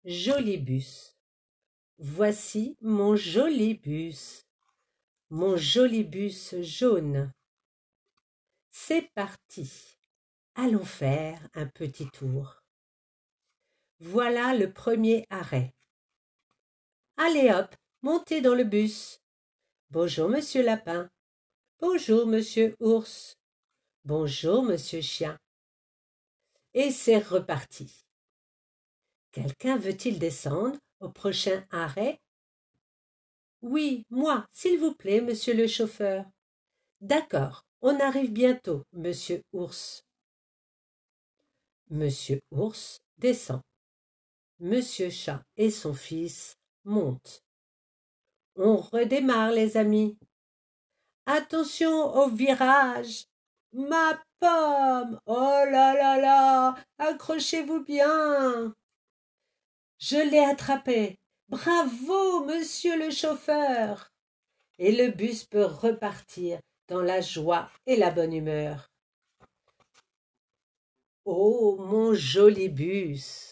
Joli bus. Voici mon joli bus jaune. C'est parti. Allons faire un petit tour. Voilà le premier arrêt. Allez hop, montez dans le bus. Bonjour, monsieur Lapin. Bonjour, monsieur Ours. Bonjour, monsieur Chien. Et c'est reparti. Quelqu'un veut-il descendre au prochain arrêt? Oui, moi, s'il vous plaît, monsieur le chauffeur. D'accord, on arrive bientôt, monsieur Ours. Monsieur Ours descend. Monsieur Chat et son fils montent. On redémarre, les amis. Attention au virage. Ma pomme! Oh là là là! Accrochez-vous bien! Je l'ai attrapé. Bravo, monsieur le chauffeur! Et le bus peut repartir dans la joie et la bonne humeur. Oh, mon joli bus!